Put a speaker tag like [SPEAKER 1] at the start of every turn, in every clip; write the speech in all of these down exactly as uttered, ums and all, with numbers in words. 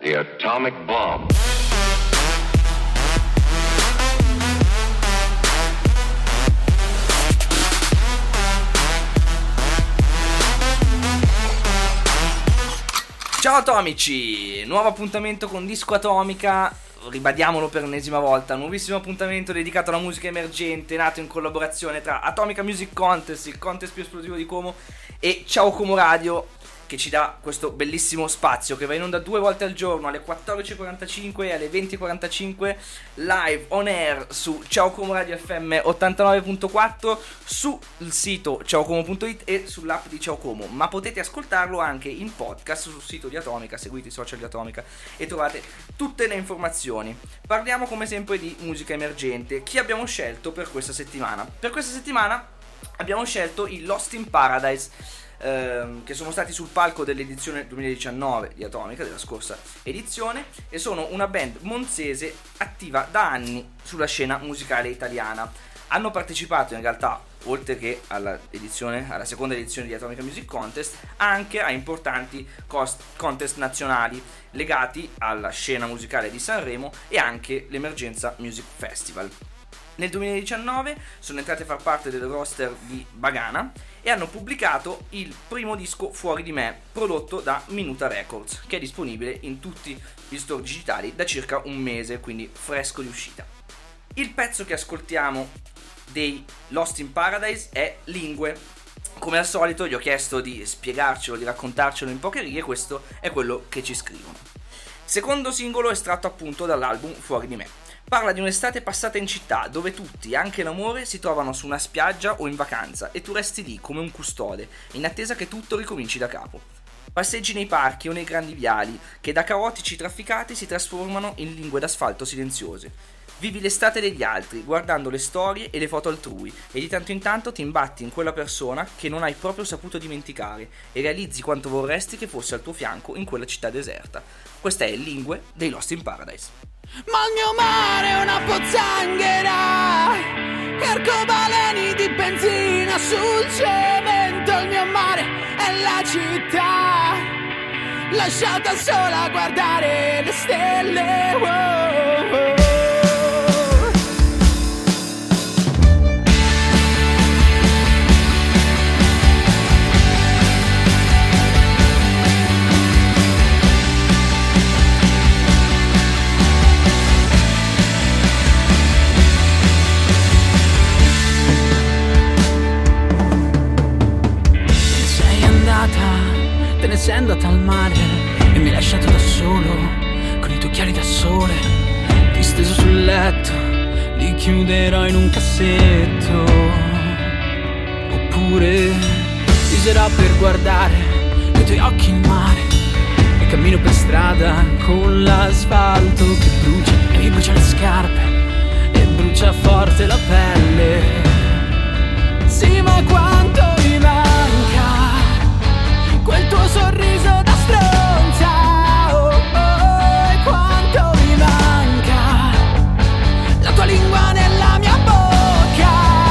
[SPEAKER 1] The atomic bomb.
[SPEAKER 2] Ciao atomici, nuovo appuntamento con Disco Atomica, ribadiamolo per l'ennesima volta, nuovissimo appuntamento dedicato alla musica emergente, nato in collaborazione tra Atomica Music Contest, il contest più esplosivo di Como, e Ciao Como Radio, che ci dà questo bellissimo spazio che va in onda due volte al giorno, alle quattordici e quarantacinque e alle venti e quarantacinque, live on air su Ciao Como Radio F M ottantanove virgola quattro, sul sito ciaocomo punto it e sull'app di Ciao Como, ma potete ascoltarlo anche in podcast sul sito di Atomica, seguite i social di Atomica e trovate tutte le informazioni. Parliamo come sempre di musica emergente. Chi abbiamo scelto per questa settimana? Per questa settimana abbiamo scelto i Lost in Paradise, Ehm, che sono stati sul palco dell'edizione duemiladiciannove di Atomica, della scorsa edizione, e sono una band monzese attiva da anni sulla scena musicale italiana. Hanno partecipato in realtà, oltre che alla, edizione, alla seconda edizione di Atomica Music Contest, anche a importanti cost- contest nazionali legati alla scena musicale di Sanremo e anche l'Emergenza Music Festival. Nel duemiladiciannove sono entrati a far parte del roster di Bagana e hanno pubblicato il primo disco Fuori di me, prodotto da Minuta Records, che è disponibile in tutti gli store digitali da circa un mese, quindi fresco di uscita. Il pezzo che ascoltiamo dei Lost in Paradise è Lingue. Come al solito gli ho chiesto di spiegarcelo, di raccontarcelo in poche righe, questo è quello che ci scrivono. Secondo singolo estratto appunto dall'album Fuori di me. Parla di un'estate passata in città, dove tutti, anche l'amore, si trovano su una spiaggia o in vacanza e tu resti lì come un custode, in attesa che tutto ricominci da capo. Passeggi nei parchi o nei grandi viali, che da caotici trafficati si trasformano in lingue d'asfalto silenziose. Vivi l'estate degli altri, guardando le storie e le foto altrui, e di tanto in tanto ti imbatti in quella persona che non hai proprio saputo dimenticare e realizzi quanto vorresti che fosse al tuo fianco in quella città deserta. Questa è Lingue dei Lost in Paradise.
[SPEAKER 3] Ma il mio mare è una pozzanghera e arcobaleni di benzina sul cemento. Il mio mare è la città lasciata sola a guardare le stelle. Oh, oh. Te ne sei andata al mare e mi hai lasciato da solo con i tuoi occhiali da sole, disteso sul letto, li chiuderò in un cassetto. Oppure userò per guardare con i tuoi occhi il mare e cammino per strada con l'asfalto che brucia e mi brucia le scarpe e brucia forte la pelle. Sì, ma quanto mi manca quel tuo sorriso da stronza, oh, oh, e quanto mi manca la tua lingua nella mia bocca.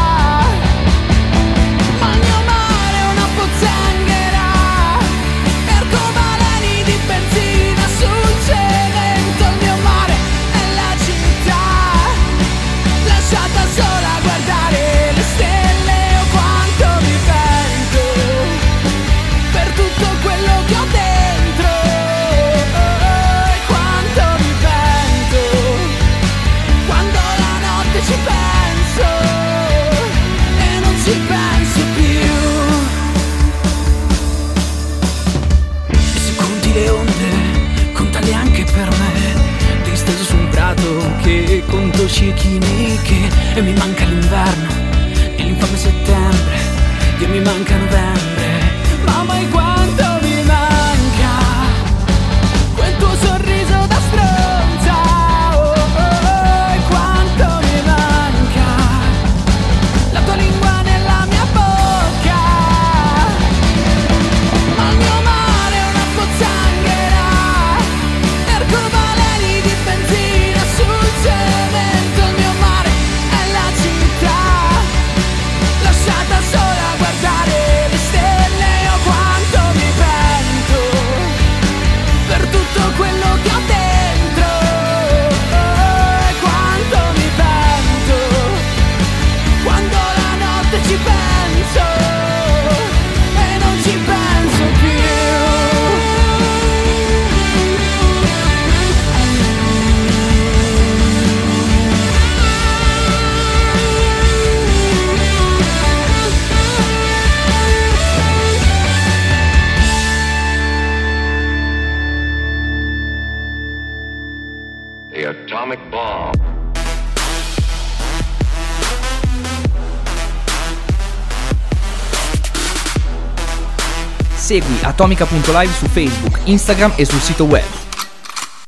[SPEAKER 3] Ma il mio mare è una pozzanghera e arcobaleni di benzina sul cemento. Il mio mare è la città lasciata sola a guardare le stelle. Oh, quanto mi pento per tutto quello che ho dentro, oh, e quanto mi pento quando la notte ci penso e non ci penso più. E se conti le onde, contale anche per me, disteso su un prato che conto ciechi che, e mi manca l'inverno e l'infame settembre, che mi manca novembre. Mamma, e quanto mi manca quel tuo sorriso da stronza, oh, oh, oh, e quanto mi manca la tua lingua nella mia bocca. Ma il mio mare è una pozzanghera e arcobaleni di benzina sul cemento. Il mio mare è la città lasciata sola a guardare le stelle.
[SPEAKER 1] atomic bomb.
[SPEAKER 2] Segui atomica punto live su Facebook, Instagram e sul sito web.